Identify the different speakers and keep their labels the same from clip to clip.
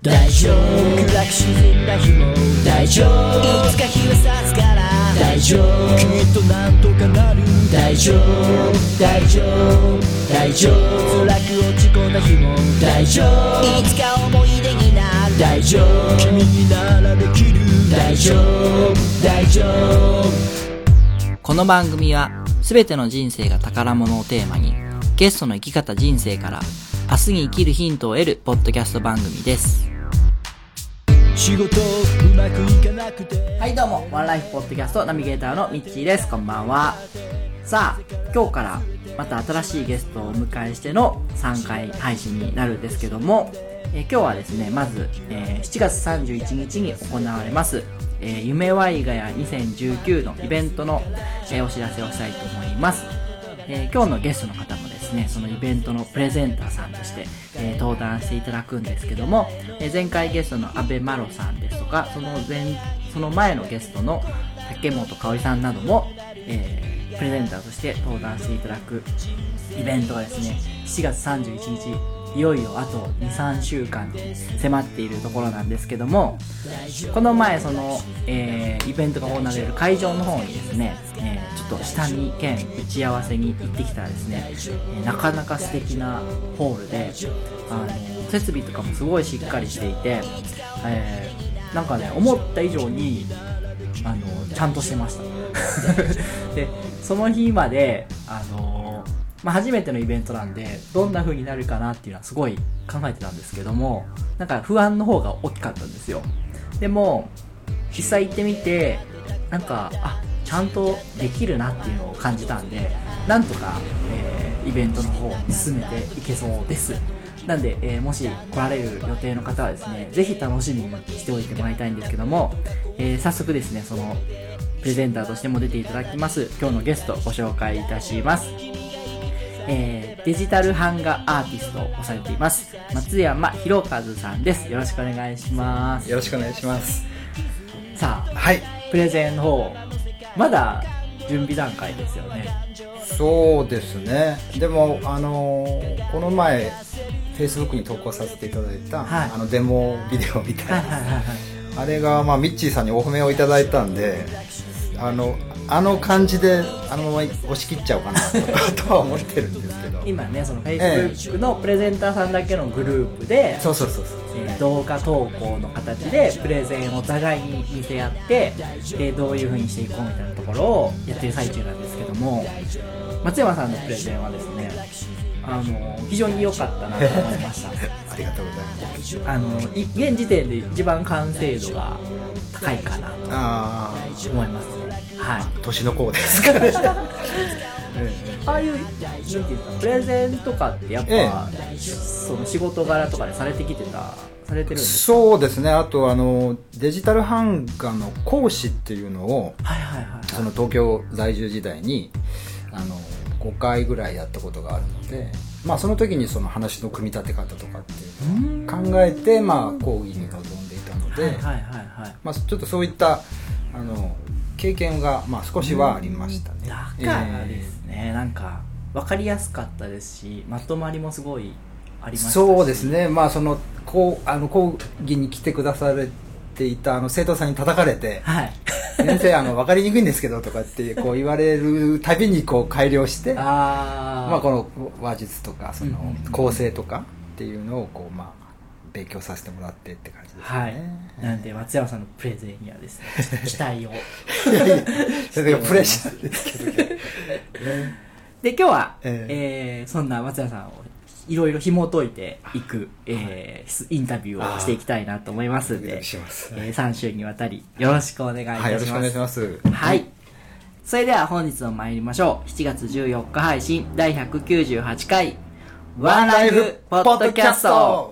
Speaker 1: 大丈夫暗く沈んだ日も大丈夫いつか日は差すから大丈夫きっとなんとかなる大丈夫大丈夫大丈夫辛く落ち込んだ日も大丈夫いつか思い出になる大丈夫君にならできる大丈夫大丈夫。
Speaker 2: この番組は全ての人生が宝物をテーマにゲストの生き方人生から明日に生きるヒントを得るポッドキャスト番組です。
Speaker 1: 仕事うまくいかなくて
Speaker 2: はいどうもワンライフポッドキャストナビゲーターのミッチーです。こんばんは。さあ今日からまた新しいゲストをお迎えしての3回配信になるんですけども、今日はですねまず、7月31日に行われます、夢ワイガヤ2019のイベントの、お知らせをしたいと思います。今日のゲストの方もですねそのイベントのプレゼンターさんとして、登壇していただくんですけども、前回ゲストの安倍麻呂さんですとかその前のゲストの竹本香織さんなども、プレゼンターとして登壇していただくイベントがですね7月31日いよいよあと 2,3 週間に迫っているところなんですけども、この前その、イベントが行われる会場の方にですね、ちょっと下見兼打ち合わせに行ってきたらですね、なかなか素敵なホールで設備とかもすごいしっかりしていて、なんかね思った以上にちゃんとしてましたでその日まで初めてのイベントなんでどんな風になるかなっていうのはすごい考えてたんですけども、なんか不安の方が大きかったんですよ。でも実際行ってみてなんかちゃんとできるなっていうのを感じたんで、なんとか、イベントの方を進めていけそうです。なんで、もし来られる予定の方はですねぜひ楽しみにしておいてもらいたいんですけども、早速ですねそのプレゼンターとしても出ていただきます今日のゲストをご紹介いたします。デジタル版画アーティストをされています松山博和さんです。よろしくお願いします。
Speaker 3: よろしくお願いします。
Speaker 2: さあ、
Speaker 3: はい、
Speaker 2: プレゼンの方まだ準備段階ですよね。
Speaker 3: そうですね。でもこの前 Facebook に投稿させていただいた、はい、デモビデオみたいな、あれが、ミッチーさんにお褒めをいただいたんであの感じでまま押し切っちゃおうかなとは思ってるんですけど
Speaker 2: 今ねその Facebook のプレゼンターさんだけのグループで、
Speaker 3: そう
Speaker 2: 動画投稿の形でプレゼンを互いに見せ合ってでどういう風にしていこうみたいなところをやってる最中なんですけども、松山さんのプレゼンはですね非常に良かったなと思いました
Speaker 3: ありがとうございます。
Speaker 2: 現時点で一番完成度が高いかなと思いますね。はい、
Speaker 3: 年の子ですから
Speaker 2: ああいうなんていうかプレゼンとかってやっぱ、その仕事柄とかでされてるんですか？
Speaker 3: そうですね。あとデジタル版画の講師っていうのを、その東京在住時代に5回ぐらいやったことがあるので、その時にその話の組み立て方とかっていうのを考えて講義に臨んでいたので、ちょっとそういった経験が少しはありましたね。
Speaker 2: だからですね、なんか分かりやすかったですしまとまりもすごいありましたし。
Speaker 3: そうですね。その講義に来てくださっていた生徒さんに叩かれて、先生分かりにくいんですけどとかって言われるたびに改良してこの話術とかその構成とかっていうのを勉強させてもらってって感じですね。
Speaker 2: なんで松山さんのプレゼンにはですね期待を
Speaker 3: それがプレッシャーですけど
Speaker 2: で今日は、そんな松山さんをいろいろ紐解いていく、インタビューをしていきたいなと思いますので、3週にわたりよろしくお願いいたします。
Speaker 3: よろしくお願いします。
Speaker 2: はい、それでは本日も参りましょう。7月14日配信第198回ワンライフポッドキャスト。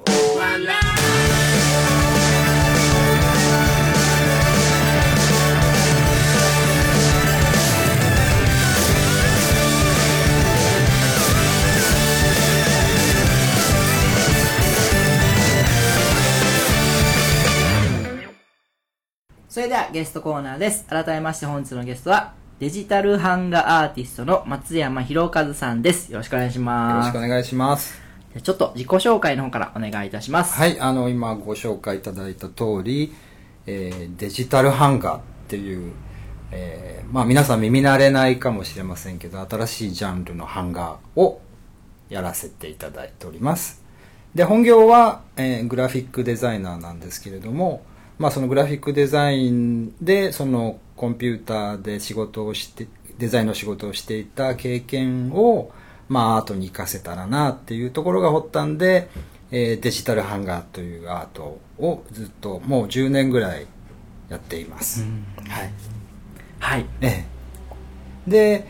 Speaker 2: それではゲストコーナーです。改めまして本日のゲストはデジタル版画アーティストの松山博和さんです。よろしくお願いします。
Speaker 3: よろしくお願いします。
Speaker 2: ちょっと自己紹介の方からお願いいたします。
Speaker 3: はい、今ご紹介いただいた通り、デジタル版画っていう、皆さん耳慣れないかもしれませんけど、新しいジャンルの版画をやらせていただいております。で、本業は、グラフィックデザイナーなんですけれども、そのグラフィックデザインで、そのコンピューターでデザインの仕事をしていた経験を、アートに活かせたらなっていうところが発端で、デジタル版画というアートをずっともう10年ぐらいやっています。はい。
Speaker 2: はい。
Speaker 3: で、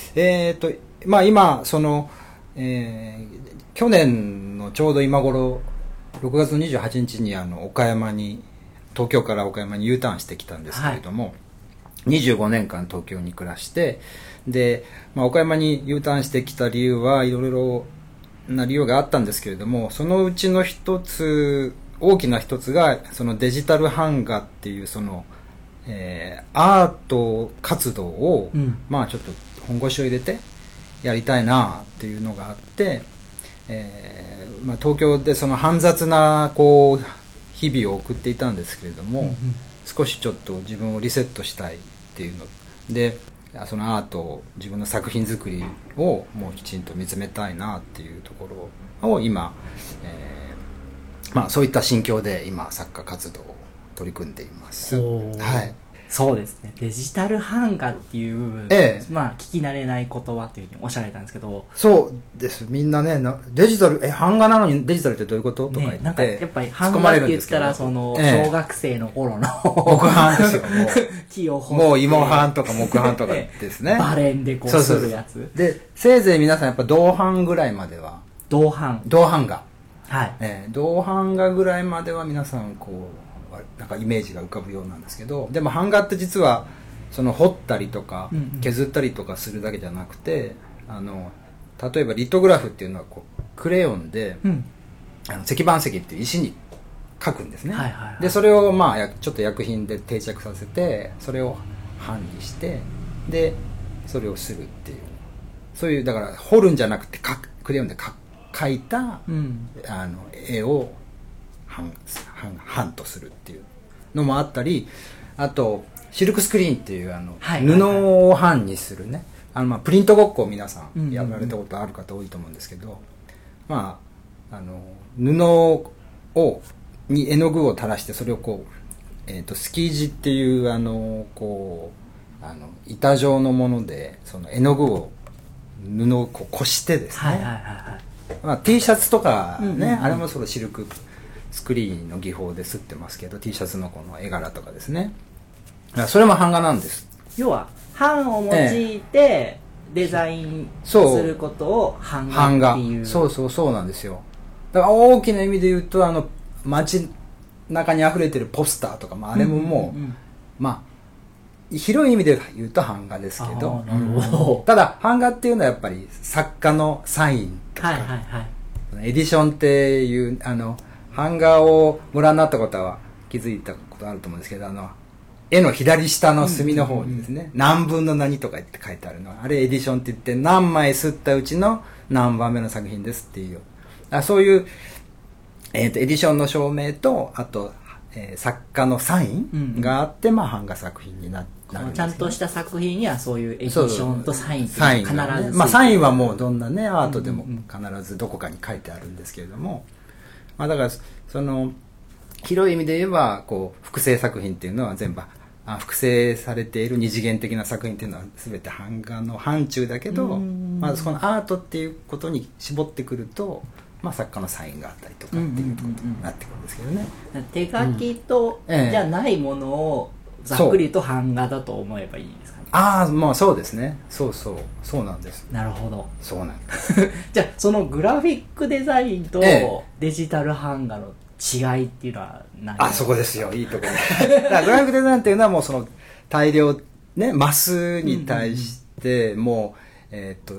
Speaker 3: 今、去年のちょうど今頃、6月の28日に東京から岡山に U ターンしてきたんですけれども、25年間東京に暮らして、で、岡山に U ターンしてきた理由はいろいろな理由があったんですけれども、そのうちの大きな一つが、そのデジタル版画っていうアート活動を、ちょっと本腰を入れてやりたいなっていうのがあって、東京でその煩雑な日々を送っていたんですけれども、少しちょっと自分をリセットしたいっていうので、そのアート、自分の作品作りをもうきちんと見つめたいなっていうところを今、そういった心境で今作家活動を取り組んでいます。はい。
Speaker 2: そうですね。デジタル版画っていう部分、聞き慣れない言葉というふうにおっしゃられたんですけど。
Speaker 3: そうです。みんなね、デジタル、版画なのにデジタルってどういうこととか言って。
Speaker 2: なんかやっぱり版画って言ったら、小学生の頃の
Speaker 3: 木版ですよ、もう。
Speaker 2: 木を
Speaker 3: もう芋版とか木版とかですね。
Speaker 2: バレンでするやつ。
Speaker 3: で、せいぜい皆さんやっぱ銅版ぐらいまでは。
Speaker 2: 銅版
Speaker 3: 画。
Speaker 2: はい。
Speaker 3: 銅版画ぐらいまでは皆さんなんかイメージが浮かぶようなんですけど、でも版画って実は彫ったりとか削ったりとかするだけじゃなくて、例えばリトグラフっていうのはクレヨンで、石板石っていう石に描くんですね。でそれをちょっと薬品で定着させて、それを版にしてでそれをするっていう、そういうだから彫るんじゃなくてクレヨンで描いた、絵を版とするっていうのもあったり、あとシルクスクリーンっていう布を版にするね、プリントごっこを皆さんやられたことある方多いと思うんですけど、布に絵の具を垂らして、それをスキー地っていう板状のものでその絵の具を布をこしてですね、T シャツとかね、あれもシルクスクリーンの技法で刷ってますけど、 T シャツのこの絵柄とかですね、それも版画なんです。
Speaker 2: 要は版を用いてデザインすることを版画っていう。
Speaker 3: そうなんですよ。だから大きな意味で言うと街中に溢れてるポスターとか、あれももう、広い意味で言うと版画ですけど、ただ版画っていうのはやっぱり作家のサインとか、エディションっていう版画をご覧になったことは気づいたことあると思うんですけど、絵の左下の隅の方にですね、何分の何とかって書いてあるのは、あれエディションって言って、何枚刷ったうちの何番目の作品ですっていう、そういう、エディションの証明と、あと、作家のサインがあって、版画作品になるんです。
Speaker 2: ちゃんとした作品にはそういうエディションとサインって必ず
Speaker 3: サインはもうどんなねアートでも必ずどこかに書いてあるんですけれども、だから広い意味で言えば複製作品っていうのは全部複製されている二次元的な作品っていうのは全て版画の範疇だけど、そのアートっていうことに絞ってくると、作家のサインがあったりとかっていうことになってくるんですけどね。
Speaker 2: 手書きとじゃないものをざっくりと版画だと思えばいいんですかね。
Speaker 3: そうですね。そうなんです。
Speaker 2: なるほど。
Speaker 3: そうなんです。
Speaker 2: じゃあそのグラフィックデザインとデジタル版画の違いっていうのは何ですか？
Speaker 3: そこですよ。いいところ。だからグラフィックデザインっていうのはもう大量ね、マスに対してもう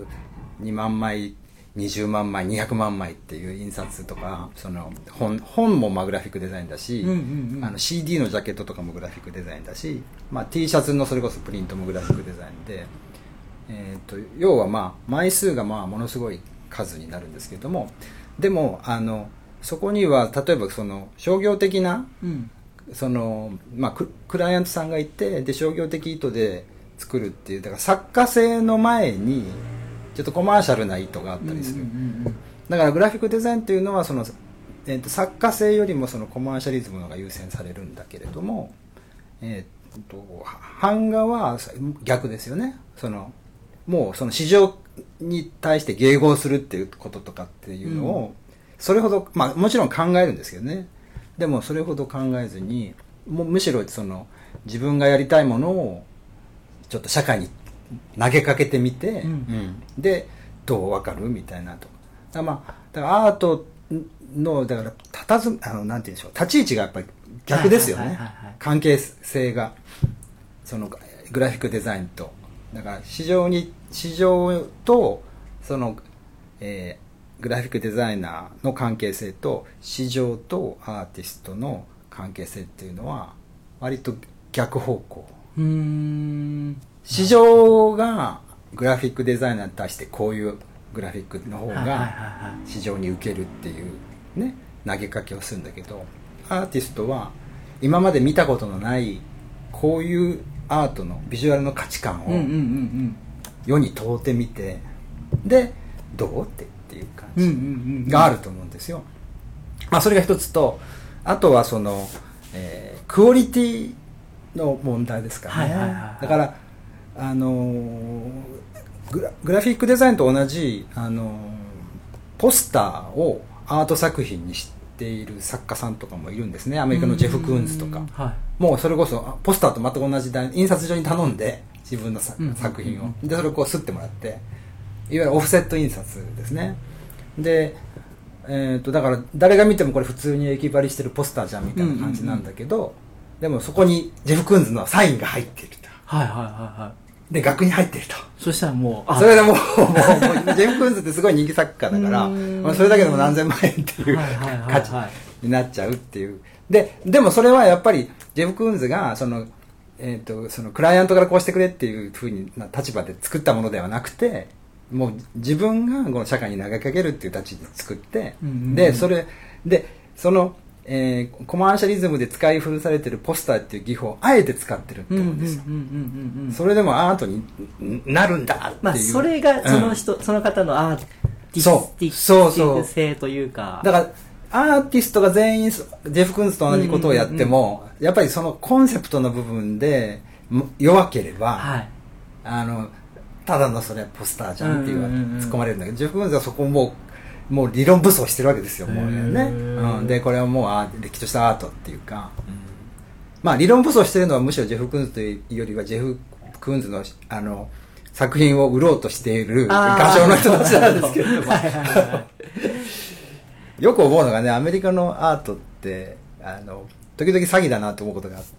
Speaker 3: 2万枚20万枚200万枚っていう印刷とか、本もグラフィックデザインだし、CD のジャケットとかもグラフィックデザインだし、T シャツのそれこそプリントもグラフィックデザインで、要は枚数がものすごい数になるんですけれども、 でもそこには例えばその商業的な、そのクライアントさんがいて、で商業的意図で作るっていう、だから作家性の前にちょっとコマーシャルな意図があったりする、だからグラフィックデザインっていうのはその、作家性よりもそのコマーシャリズムの方が優先されるんだけれども、版画は逆ですよね。もうその市場に対して迎合するっていうこととかっていうのを、それほど、もちろん考えるんですけどね。でもそれほど考えずに、もうむしろその自分がやりたいものをちょっと社会に投げかけてみて、でどう分かるみたいなと。だからアートのだからなんて言うんでしょう、立ち位置がやっぱり逆ですよね。関係性がそのグラフィックデザインと、だから市場とその、グラフィックデザイナーの関係性と市場とアーティストの関係性っていうのは割と逆方向。市場がグラフィックデザイナーに対してこういうグラフィックの方が市場に受けるっていうね、投げかけをするんだけど、アーティストは今まで見たことのないこういうアートのビジュアルの価値観を世に問うてみて、でどうっていう感じがあると思うんですよ。それが一つと、あとはその、クオリティの問題ですからね。だからグラフィックデザインと同じポスターをアート作品にしている作家さんとかもいるんですね。アメリカのジェフ・クーンズとか、もうそれこそポスターと全く同じ印刷所に頼んで自分の作品を、でそれをこう刷ってもらって、いわゆるオフセット印刷ですね。で、だから誰が見てもこれ普通に駅張りしてるポスターじゃんみたいな感じなんだけど、でもそこにジェフ・クーンズのサインが入っていると。で額に入っていると。
Speaker 2: そしたらもう
Speaker 3: それでもうジェフ・クーンズってすごい人気作家だから、それだけでも何千万円っていう価値になっちゃうっていう。でもそれはやっぱりジェフ・クーンズがそのクライアントからこうしてくれっていう風な立場で作ったものではなくて、もう自分がこの社会に投げかけるっていう立ちで作って、でそれでその、コマーシャリズムで使い古されてるポスターっていう技法をあえて使ってるってことですよ。それでもアートになるんだっていう、
Speaker 2: それがその人、その方のアーティスティック性というか、
Speaker 3: だからアーティストが全員ジェフ・クーンズと同じことをやっても、やっぱりそのコンセプトの部分で弱ければ、ただのそれはポスターじゃんっていう突っ込まれるんだけど、ジェフ・クーンズはそこもう理論武装してるわけですよ、もうね。でこれはもうれっきとしたアートっていうか、理論武装してるのはむしろジェフ・クーンズというよりはジェフ・クーンズの作品を売ろうとしている画商の人たちなんですけれどもよく思うのがね、アメリカのアートって時々詐欺だなと思うことがあって、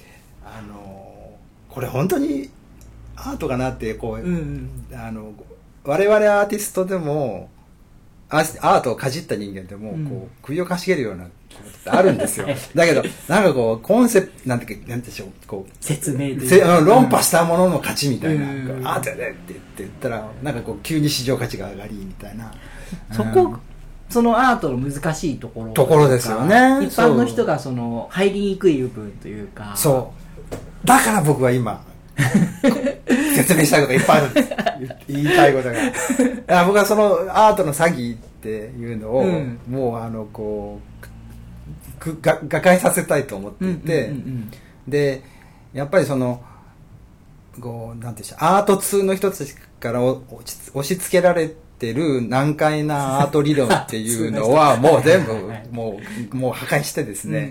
Speaker 3: これ本当にアートかなってこう、我々アーティストでもアートをかじった人間でもこう首をかしげるようなことってあるんですよ。だけどなんかこうコンセプトなんでしょう、こう
Speaker 2: 説明で
Speaker 3: 論破したものの勝ちみたいな、アートやでって言ったらなんかこう急に市場価値が上がりみたいな、
Speaker 2: そのアートの難しいとこ
Speaker 3: ろですよね。
Speaker 2: 一般の人がその入りにくい部分というか、
Speaker 3: そうだから僕は今説明したいことがいっぱいあるんです言いたいことが僕はそのアートの詐欺っていうのを、もうこう瓦解させたいと思っていて、でやっぱりそのこうなんていうんでしょう、アート通の人たちから押し付けられてる難解なアート理論っていうのはもう全部もう破壊してですね、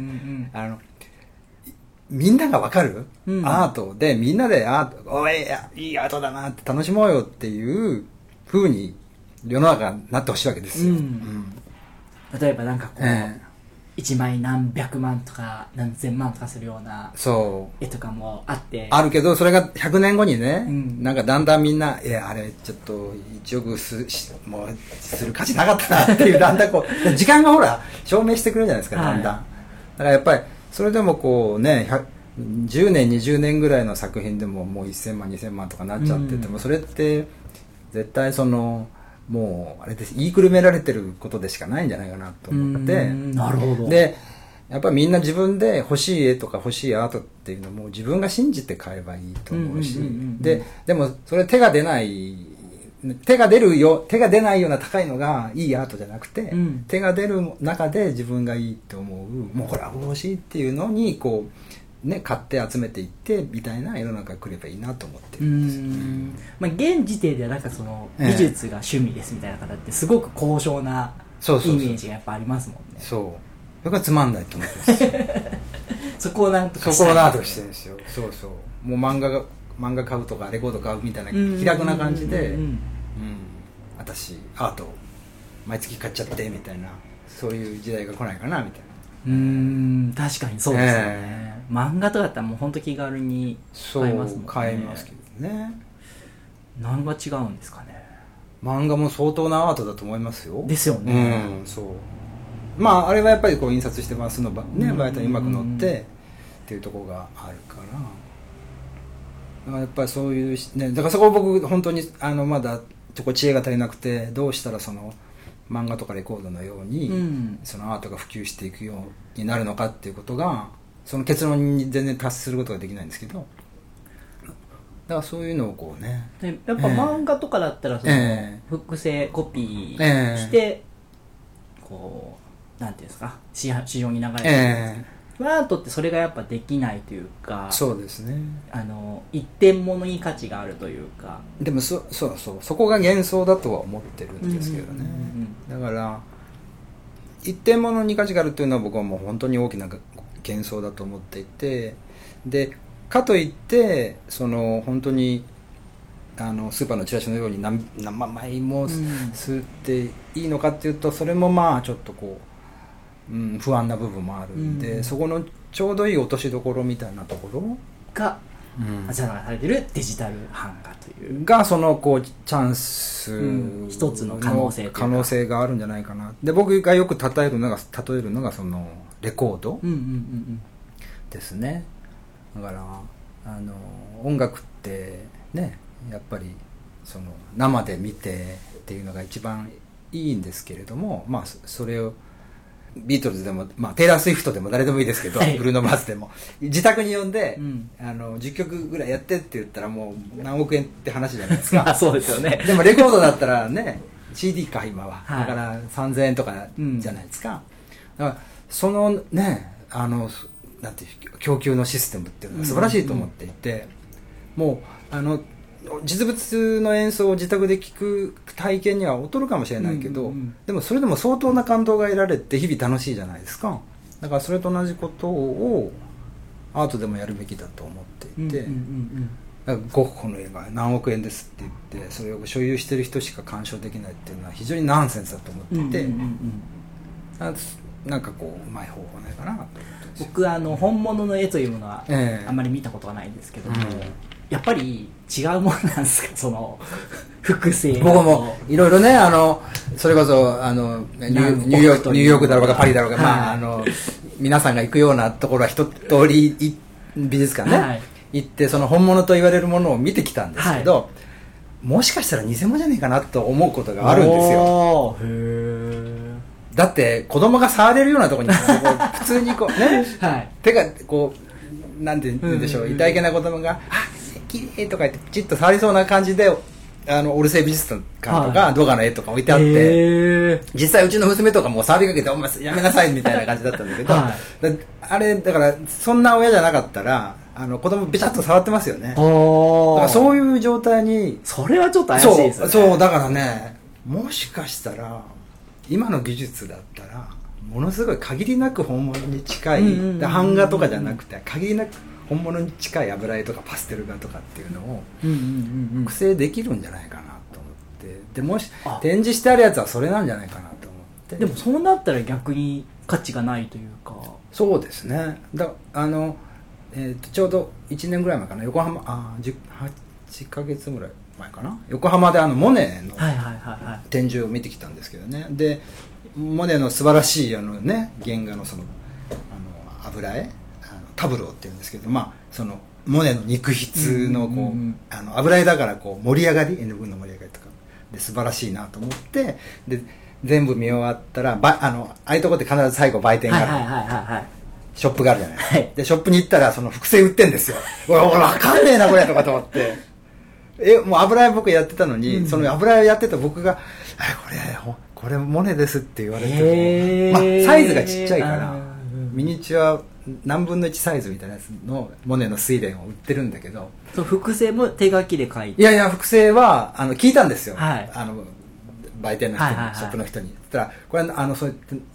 Speaker 3: みんながわかる、アートでみんなでおいいいアートだなって楽しもうよっていう風に世の中になってほしいわけですよ。
Speaker 2: 例えばなんかこう、1枚何百万とか何千万とかするような絵とかもあって
Speaker 3: あるけど、それが100年後にね、なんかだんだんみんなあれちょっと1億もうする価値なかったなっていうだんだんこう時間がほら証明してくれるじゃないですか、だんだん。だからやっぱりそれでもこうね、10年20年ぐらいの作品でももう1000万2000万とかなっちゃってても、それって絶対そのもうあれです、言いくるめられてることでしかないんじゃないかなと思って。
Speaker 2: なるほど。
Speaker 3: でやっぱりみんな自分で欲しい絵とか欲しいアートっていうのも自分が信じて買えばいいと思うし、でもそれ手が出ない手が出ないような高いのがいいアートじゃなくて、手が出る中で自分がいいと思う、もうこれは欲しいっていうのにこうね、買って集めていってみたいな世の中が来ればいいなと思ってるんです。
Speaker 2: まあ、現時点ではなんかその美術が趣味ですみたいな方ってすごく高尚なイメージがやっぱありますもんね。
Speaker 3: そうそれがつまんないと思ってます
Speaker 2: そこをなんとか
Speaker 3: してるんですよ。そうそう、もう漫画買うとかレコード買うみたいな気楽な感じで、私アート毎月買っちゃってみたいな、そういう時代が来ないかなみたいな。
Speaker 2: 確かにそうですよね、漫画とかだったらもう本当気軽に買えますもんね。
Speaker 3: 買えますけどね。
Speaker 2: 何が違うんですかね。
Speaker 3: 漫画も相当なアートだと思いますよ。
Speaker 2: ですよね。
Speaker 3: そう、まああれはやっぱりこう印刷してますのね、バイトにうまく乗ってっていうところがあるから、だからやっぱりそういうね、だからそこを僕本当にまだ知恵が足りなくて、どうしたらその漫画とかレコードのように、そのアートが普及していくようになるのかっていうことが、その結論に全然達することができないんですけど、だからそういうのをこうね、
Speaker 2: やっぱ漫画とかだったらその、複製コピーして、こうなんていうんですか、市場に流れてる、アートってそれがやっぱできないというか、
Speaker 3: そうですね、
Speaker 2: 一点物に価値があるというか、でも
Speaker 3: そこが幻想だとは思ってるんですけどね、だから一点物に価値があるというのは僕はもう本当に大きな幻想だと思っていて、でかといってその本当にスーパーのチラシのように何万枚も吸っていいのかっていうと、それもまあちょっとこう、不安な部分もあるんで、そこのちょうどいい落としどころみたいなところ
Speaker 2: がされてるデジタル版画という
Speaker 3: が、そのこうチャンス
Speaker 2: 一つの可能性
Speaker 3: があるんじゃないかな。で僕がよく例えるのがそのレコードですね。だから音楽ってね、やっぱりその生で見てっていうのが一番いいんですけれども、まあそれをビートルズでも、まあ、テイラー・スウィフトでも誰でもいいですけど、ブルーノ・マーズでも自宅に呼んで、10曲ぐらいやってって言ったらもう何億円って話じゃないですか
Speaker 2: そうですよね。
Speaker 3: でもレコードだったらね CD か今は、だから3000円とかじゃないですか、だからそのねなんていう供給のシステムっていうのが素晴らしいと思っていて、もう実物の演奏を自宅で聴く体験には劣るかもしれないけど、でもそれでも相当な感動が得られて日々楽しいじゃないですか。だからそれと同じことをアートでもやるべきだと思っていて、だからゴッホの絵が何億円ですって言ってそれを所有してる人しか鑑賞できないっていうのは非常にナンセンスだと思っていて、なんかこううまい方法ないかなと思って。
Speaker 2: 僕本物の絵というものはあんまり見たことはないんですけども、やっぱり違うものなんですか、その複製。
Speaker 3: 僕もいろいろね、それこそニューヨークだろうがパリだろうが、まあ皆さんが行くようなところは一通り美術館ね、行ってその本物と言われるものを見てきたんですけど、もしかしたら偽物じゃねえかなと思うことがあるんですよ。だって子供が触れるようなところに普通にこうね、手がこうなんて言うんでしょう、痛いけな子供が綺麗とか言ってピチッと触りそうな感じでオルセイ美術館とか動画の絵とか置いてあって、実際うちの娘とかも触りかけてお前やめなさいみたいな感じだったんだけど、あれだからそんな親じゃなかったら子供ビチャッと触ってますよね。だからそういう状態に、
Speaker 2: それはちょっと怪しいですよね。
Speaker 3: そうだからね、もしかしたら今の技術だったらものすごい限りなく本物に近い、版画とかじゃなくて限りなく本物に近い油絵とかパステル画とかっていうのを複製できるんじゃないかなと思って、でもし展示してあるやつはそれなんじゃないかなと思って。
Speaker 2: でもそうなったら逆に価値がないというか。
Speaker 3: そうですね。ちょうど1年ぐらい前かな、横浜8ヶ月ぐらい前かな、横浜でモネの展示を見てきたんですけどね。でモネの素晴らしい原画のその油絵タブローっていうんですけど、まあそのモネの肉筆のこう、油絵だからこう盛り上がり、絵の具の盛り上がりとかで素晴らしいなと思って、で全部見終わったらああいうとこって必ず最後売店がある、ショップがあるじゃないですか、でショップに行ったらその複製売ってんですよ。俺分かんねえなこれとかと思ってもう油絵僕やってたのに、その油絵やってた僕がこれモネですって言われても、サイズがちっちゃいからミニチュア何分の1サイズみたいなやつのモネの睡蓮を売ってるんだけど、
Speaker 2: その複製も手書きで書いて、
Speaker 3: いや複製は聞いたんですよ、売店の人に、ショップの人に。そしたらこれそうやって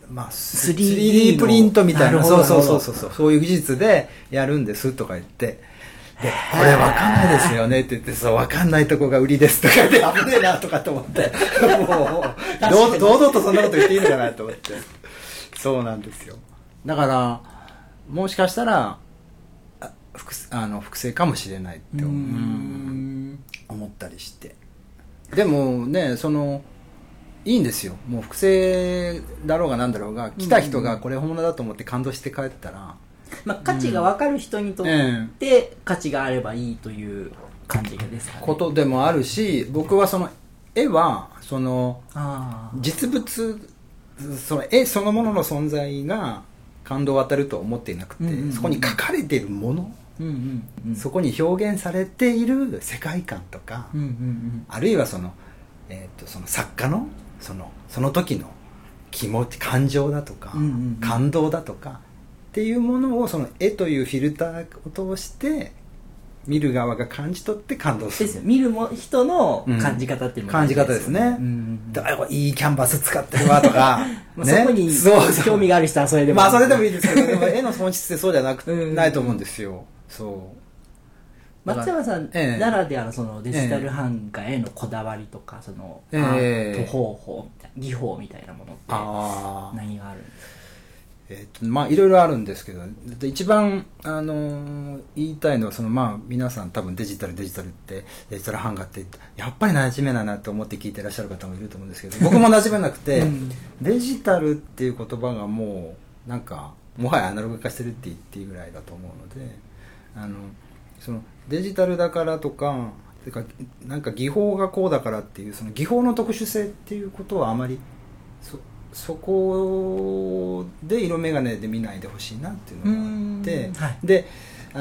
Speaker 3: 、3D プリントみたいな、そういう技術でやるんですとか言って、でこれ分かんないですよねって言って、そう分かんないとこが売りですとか言って危ねえなとかと思ってもう堂々とそんなこと言っていいのかなと思って。そうなんですよ。だからもしかしたら複製かもしれないって思ったりして、でもねいいんですよ。もう複製だろうがなんだろうが、来た人がこれ本物だと思って感動して帰ったら、
Speaker 2: 価値が分かる人にとって価値があればいいという感じですかね。
Speaker 3: ことでもあるし、僕はその絵は実物、その絵そのものの存在が感動を与えるとは思っていなくて、そこに書かれているもの、そこに表現されている世界観とか、あるいはその作家のその時の気持ち、感情だとか、感動だとかっていうものをその絵というフィルターを通して見る側が感じ取って感動する。
Speaker 2: ですよ。見る人の感じ方っていうのが、
Speaker 3: 感じ方ですね。いいキャンバス使ってるわとか、
Speaker 2: そこに興味がある人はそれでも
Speaker 3: それでもいいですけど、でも絵の本質ってそうじゃないと思うんですよ。そう。
Speaker 2: 松山さんならではのそのデジタル版画へのこだわりとか、そのアート方法みたいな、技法みたいなものって何があるんですか？
Speaker 3: いろいろあるんですけど、一番言いたいのは皆さん多分デジタルってデジタル版画ってやっぱり馴染めないなと思って聞いてらっしゃる方もいると思うんですけど、僕も馴染めなくて、デジタルっていう言葉がもうなんかもはやアナログ化してるって言っていいぐらいだと思うので、そのデジタルだからとかなんか技法がこうだからっていうその技法の特殊性っていうことはあまりそこで色眼鏡で見ないでほしいなっていうのがあって、で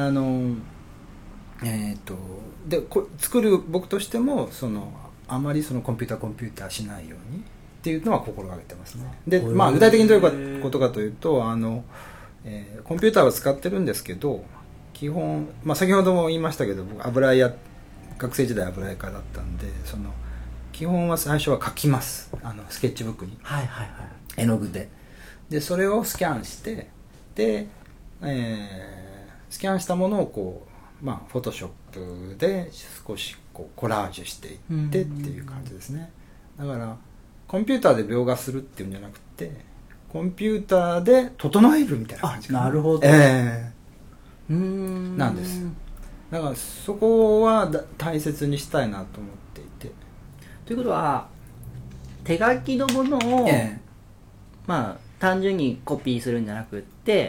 Speaker 3: で作る僕としてもあまりコンピューターしないようにっていうのは心がけてますね。で具体的にどういうことかというと、コンピューターは使ってるんですけど、基本、先ほども言いましたけど、僕学生時代油絵家だったんで、基本は最初は描きます、スケッチブックに、絵の具でそれをスキャンして、で、スキャンしたものをフォトショップで少しコラージュしていってっていう感じですね。だからコンピューターで描画するっていうんじゃなくて、コンピューターで整えるみたいな感じかな。
Speaker 2: なるほど。
Speaker 3: なんです。だからそこは大切にしたいなと思っていて。
Speaker 2: ということは手書きのものを、単純にコピーするんじゃなくって、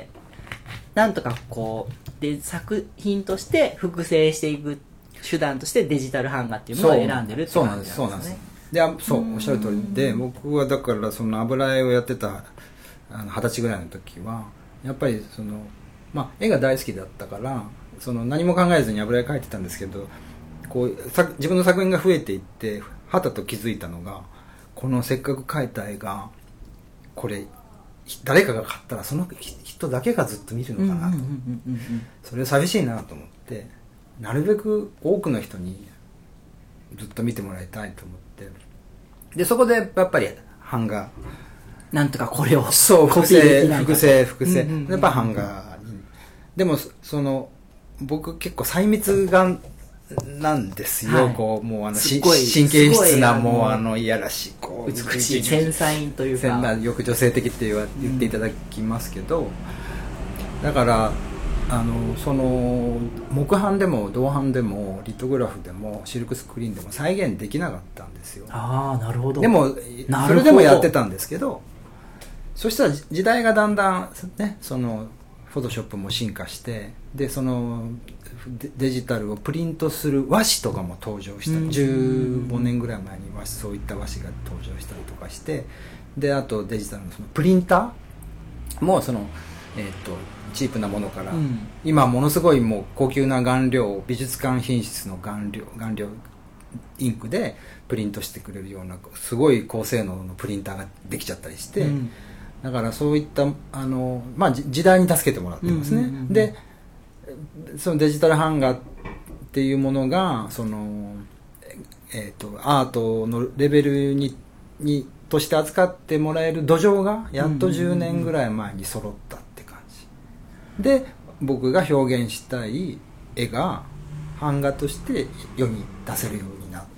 Speaker 2: なんとかで作品として複製していく手段としてデジタル版画っていうものを選んでるっていう感じなんですね。
Speaker 3: そうなんです。おっしゃる通りで、僕はだから油絵をやってた20歳ぐらいの時はやっぱり絵が大好きだったから、何も考えずに油絵描いてたんですけど、自分の作品が増えていってはたと気づいたのが、このせっかく描いた絵がこれ誰かが買ったらその人だけがずっと見るのかなと、それは寂しいなと思って、なるべく多くの人にずっと見てもらいたいと思って、でそこでやっぱり版画
Speaker 2: なんとかこれを
Speaker 3: 複製やっぱ版画に。でも僕結構細密画なんですよ、もう神経質な、もういやらしい
Speaker 2: 美しい繊細というか、
Speaker 3: よく女性的って言っていただきますけど、だから木版でも銅版でもリトグラフでもシルクスクリーンでも再現できなかったんですよ。
Speaker 2: なるほど。
Speaker 3: でもそれでもやってたんですけど、そしたら時代がだんだんね、フォトショップも進化して、 でそのデジタルをプリントする和紙とかも登場した、15年ぐらい前にそういった和紙が登場したりとかして、であとデジタルのそのプリンターもその、チープなものから、今ものすごいもう高級な顔料、美術館品質の顔料インクでプリントしてくれるようなすごい高性能のプリンターができちゃったりして、だからそういった時代に助けてもらってますね。でそのデジタル版画っていうものがその、アートのレベルにとして扱ってもらえる土壌がやっと10年ぐらい前に揃ったって感じで、僕が表現したい絵が版画として世に出せるようになった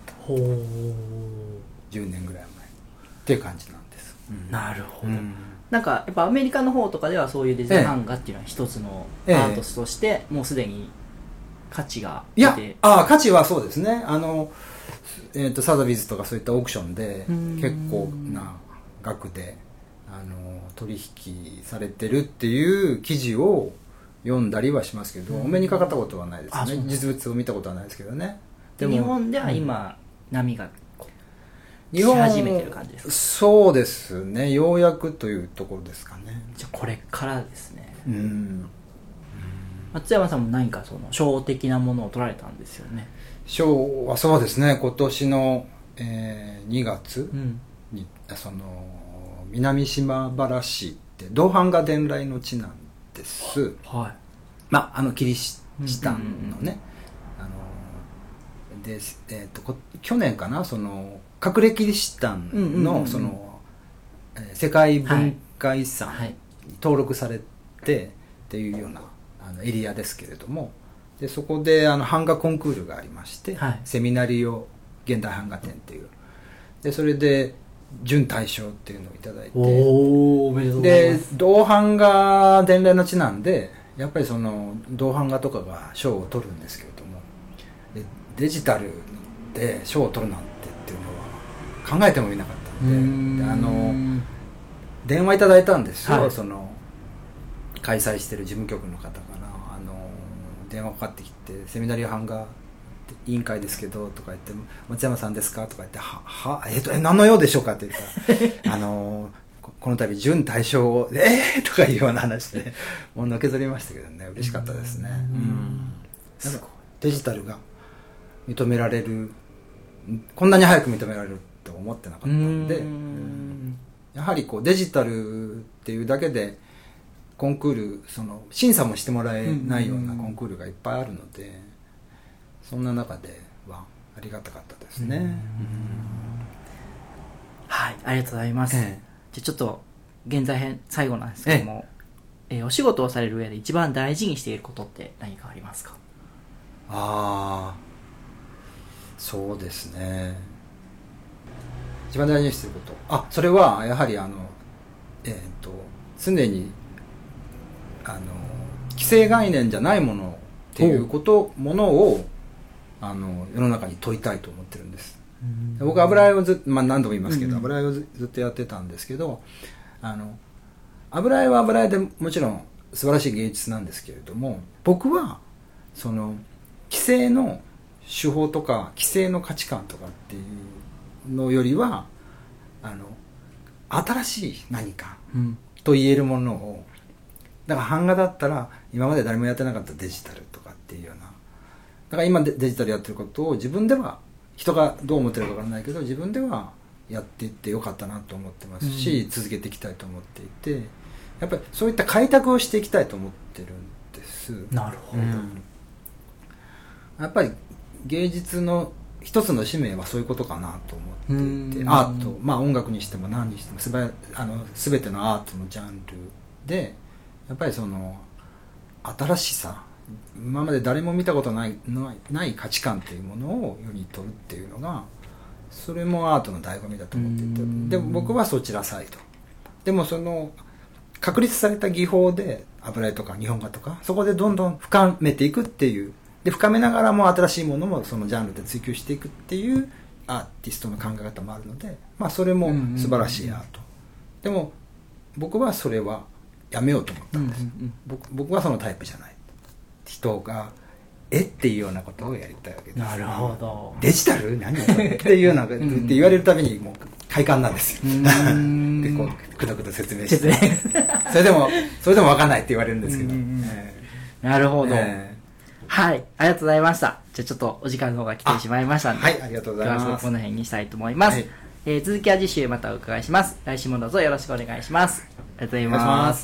Speaker 3: 。10年ぐらい前っていう感じなんです。
Speaker 2: なるほど。なんかやっぱアメリカの方とかではそういうデジタル版画っていうのは一つのアートとしてもうすでに価値が出て、
Speaker 3: 価値はそうですね。サザビーズとかそういったオークションで結構な額で取引されてるっていう記事を読んだりはしますけど、お目にかかったことはないですね。実物を見たことはないですけどね。
Speaker 2: でも日本では今、波が来始めてる感じですか？
Speaker 3: そうですね、ようやくというところですかね。
Speaker 2: じゃあこれからですね。松山さんも何かその賞的なものを取られたんですよね。
Speaker 3: 賞はそうですね、今年の、2月に、その南島原市って銅版画伝来の地なんです。キリシタンのね、で去年かな、その隠れキリシタンのその世界文化遺産に登録されてっていうようなエリアですけれども、でそこで版画コンクールがありまして、セミナリオ現代版画展っていう、でそれで準大賞っていうのをいただいて、
Speaker 2: おめでとうございます。
Speaker 3: で銅版画伝来の地なんでやっぱりその銅版画とかが賞を取るんですけれども、デジタルで賞を取るなんてっていうのは考えてもみなかったんで、電話いただいたんですよ、その開催してる事務局の方から電話かかってきて、セミナリー版画委員会ですけどとか言って、松山さんですかとか言って、何の用でしょうかって言ったらこの度準大賞をとかいうような話でもうのけぞりましたけどね、嬉しかったですね。すごいデジタルが認められる、こんなに早く認められると思ってなかったんで、やはりこうデジタルっていうだけでコンクール、その審査もしてもらえないようなコンクールがいっぱいあるので、そんな中ではありがたかったですね。
Speaker 2: はい、ありがとうございます。じゃあちょっと現在編最後なんですけども、お仕事をされる上で一番大事にしていることって何かありますか？
Speaker 3: そうですね、一番大事にしていること、それはやはり常に既成概念じゃないものっていうものを世の中に問いたいと思ってるんです。僕油絵を何度も言いますけど、油絵をずっとやってたんですけど、油絵は油絵でもちろん素晴らしい芸術なんですけれども、僕はその既成の手法とか既成の価値観とかっていうのよりは新しい何かと言えるものを、だから版画だったら今まで誰もやってなかったデジタルとかっていうような、だから今デジタルやってることを自分では、人がどう思ってるかわからないけど自分ではやっていってよかったなと思ってますし、続けていきたいと思っていて、やっぱりそういった開拓をしていきたいと思ってるんです。
Speaker 2: なるほど。
Speaker 3: やっぱり芸術の一つの使命はそういうことかなと思っていて、アート、音楽にしても何にしても全てのアートのジャンルでやっぱりその新しさ、今まで誰も見たことない価値観っていうものを世に問うっていうのが、それもアートの醍醐味だと思っていて、でも僕はそちらサイドでもその確立された技法で油絵とか日本画とかそこでどんどん深めていくっていう、で深めながらも新しいものもそのジャンルで追求していくっていうアーティストの考え方もあるので、それも素晴らしいアート。でも僕はそれはやめようと思ったんです。僕はそのタイプじゃない。 人がっていうようなことをやりたいわけです。
Speaker 2: なるほど。
Speaker 3: デジタル何っていうようなって言われるたびにもう快感なんですよ。でこうくどくど説明してそれでも分かんないって言われるんですけど、
Speaker 2: なるほど、はい、ありがとうございました。じゃあちょっとお時間の方が来てしまいましたので、
Speaker 3: はい、ありがとうございます。
Speaker 2: 今日はこの辺にしたいと思います、続きは次週またお伺いします。来週もどうぞよろしくお願いします。ありがとうございます。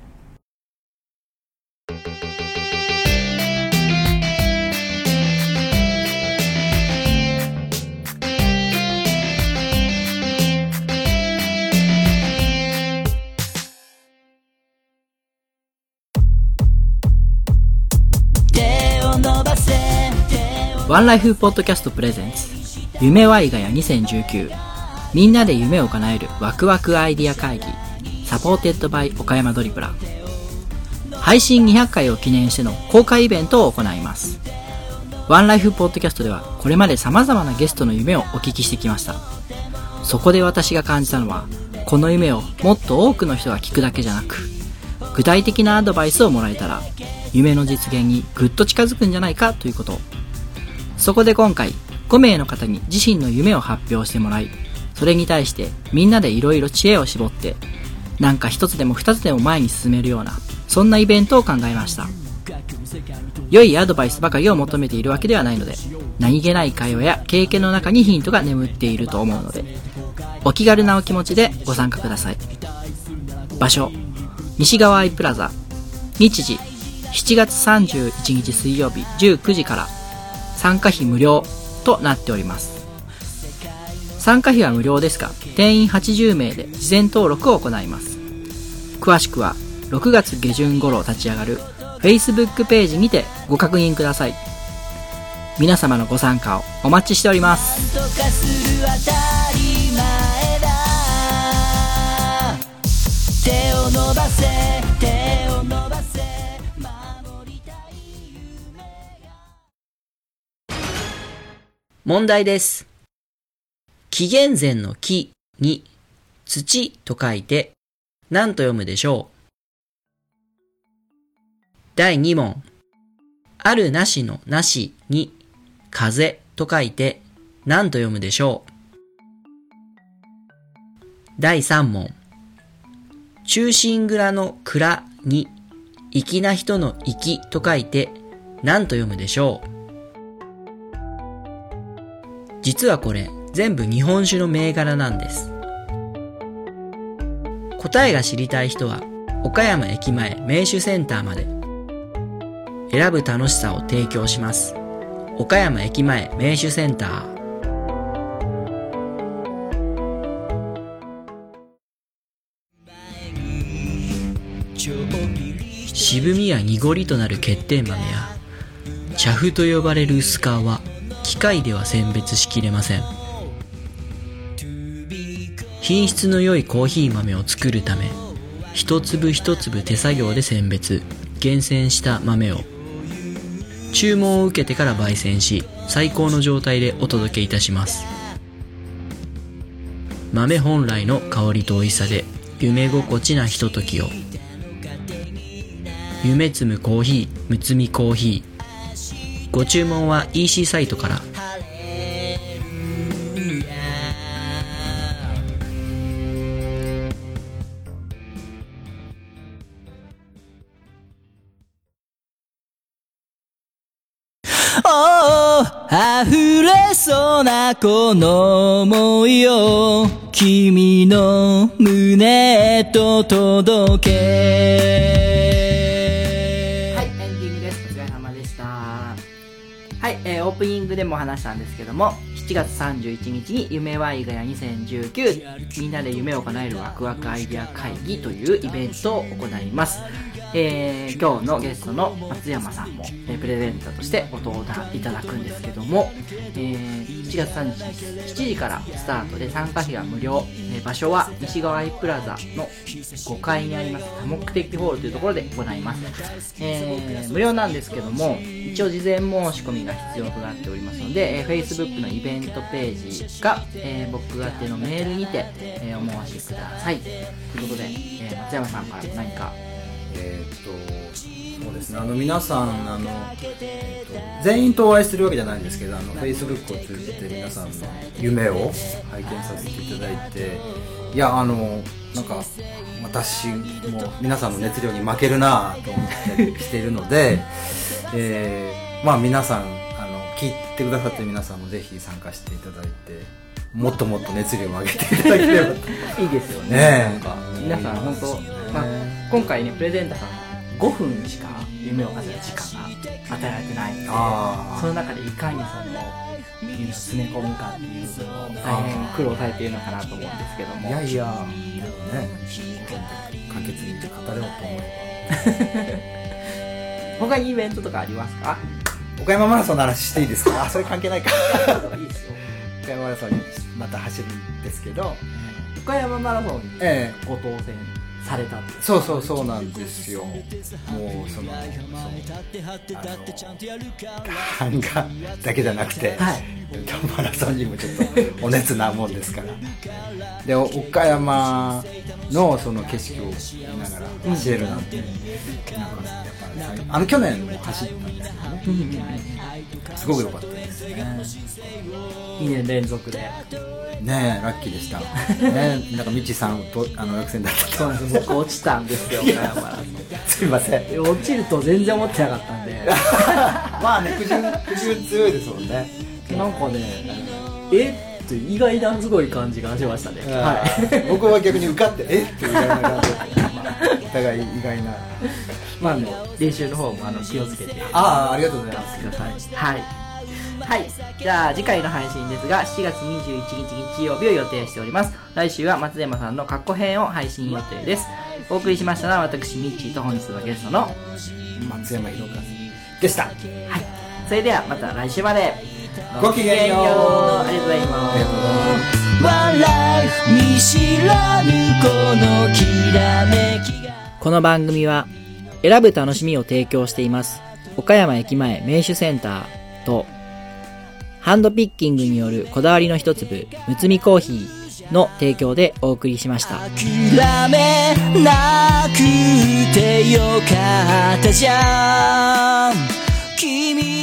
Speaker 2: ワンライフポッドキャストプレゼンツ夢ワイガヤ2019、みんなで夢を叶えるワクワクアイディア会議、サポーテッドバイ岡山ドリブラ。配信200回を記念しての公開イベントを行います。ワンライフポッドキャストではこれまで様々なゲストの夢をお聞きしてきました。そこで私が感じたのは、この夢をもっと多くの人が聞くだけじゃなく、具体的なアドバイスをもらえたら夢の実現にぐっと近づくんじゃないかということ。そこで今回5名の方に自身の夢を発表してもらい、それに対してみんなでいろいろ知恵を絞って、なんか一つでも二つでも前に進めるような、そんなイベントを考えました。良いアドバイスばかりを求めているわけではないので、何気ない会話や経験の中にヒントが眠っていると思うので、お気軽なお気持ちでご参加ください。場所、西側アイプラザ。日時、7月31日水曜日19時から。参加費無料となっております。参加費は無料ですが、定員80名で事前登録を行います。詳しくは6月下旬頃立ち上がる Facebook ページにてご確認ください。皆様のご参加をお待ちしております。手を伸ばせ、手を伸ばせ、守りたい夢が。問題です。紀元前の紀に土と書いて何と読むでしょう。第2問。あるなしのなしに風と書いて何と読むでしょう。第3問。中心蔵の蔵に粋な人の粋と書いて何と読むでしょう。実はこれ全部日本酒の銘柄なんです。答えが知りたい人は岡山駅前名酒センターまで。選ぶ楽しさを提供します。岡山駅前名酒センター。渋みや濁りとなる欠点豆や茶粉と呼ばれる薄皮は機械では選別しきれません。品質の良いコーヒー豆を作るため、一粒一粒手作業で選別厳選した豆を注文を受けてから焙煎し、最高の状態でお届けいたします。豆本来の香りと美味しさで夢心地なひとときを。夢摘むコーヒー、むつみコーヒー。ご注文は EC サイトから。溢れそうなこの想いを君の胸へと届け。はい、エンディングです。お疲れ様でした。はい、オープニングでも話したんですけども、7月31日に夢ワイガヤ2019、みんなで夢を叶えるワクワクアイデア会議というイベントを行います。今日のゲストの松山さんも、プレゼンターとしてご登壇いただくんですけども、7月31日7時からスタートで参加費が無料、場所は西側アイプラザの5階にあります多目的ホールというところで行います。無料なんですけども、一応事前申し込みが必要となっておりますので、Facebook のイベントページか、僕宛てのメールにて、お申しくださいということで、松山さんから何か
Speaker 3: そうですね、皆さん全員とお会いするわけじゃないんですけど、Facebook を通じて皆さんの夢を拝見させていただいて、いやなんか私も皆さんの熱量に負けるなと思ってしているので、まあ皆さん聞いてくださってる皆さんもぜひ参加していただいて、もっともっと熱量を上げていただければ
Speaker 2: いいですよね。なんか皆さん本当、今回ねプレゼンターさん5分しか夢を語る時間が与えられてないので、その中でいかに夢を詰め込むかっていう部分を大変苦労されているのかなと思うんですけども、
Speaker 3: いやいやね、簡潔に語れようと思え
Speaker 2: ば他にイベントとかありますか？
Speaker 3: 岡山マラソンの話していいですか？それ関係ないか。
Speaker 2: いいですよ。
Speaker 3: 岡山マラソンにまた走るんですけど、
Speaker 2: 岡山マラソンにご当選されたって、
Speaker 3: そうなんですよ。もう版画だけじゃなくて、マラソンにもちょっとお熱なもんですから。で岡山のその景色を見ながら走れるなんて、なんかやっぱり去年も走ったんですけどね、すごく良かったですね。
Speaker 2: 2年連続で
Speaker 3: ねえ、ラッキーでした。ね、なんかみちさんと落選だった
Speaker 2: そうなんです。僕落ちたんですよ。岡山マラソン。
Speaker 3: すいません。
Speaker 2: 落ちると全然思ってなかったんで。
Speaker 3: まあね、苦渋強いですもんね。
Speaker 2: なんかね、って意外なすごい感じがしましたね。はい。
Speaker 3: 僕は逆に受かってって意外な感じで、お互い意外な。
Speaker 2: まあ練習の方も気をつけて。
Speaker 3: ありがとうございます。
Speaker 2: はい。はい。じゃあ次回の配信ですが、7月21日日曜日を予定しております。来週は松山さんの過去編を配信予定です。お送りしましたのは私ミッチーと本日のゲストの
Speaker 3: 松山弘和でした。はい。
Speaker 2: それではまた来週まで。
Speaker 3: ごきげんよう。
Speaker 2: ありがとうございます。
Speaker 1: 笑い見知らぬこのきらめきが。
Speaker 2: この番組は選ぶ楽しみを提供しています。岡山駅前名手センターとハンドピッキングによるこだわりの一粒むつみコーヒーの提供でお送りしました。
Speaker 1: 諦めなくてよかったじゃん君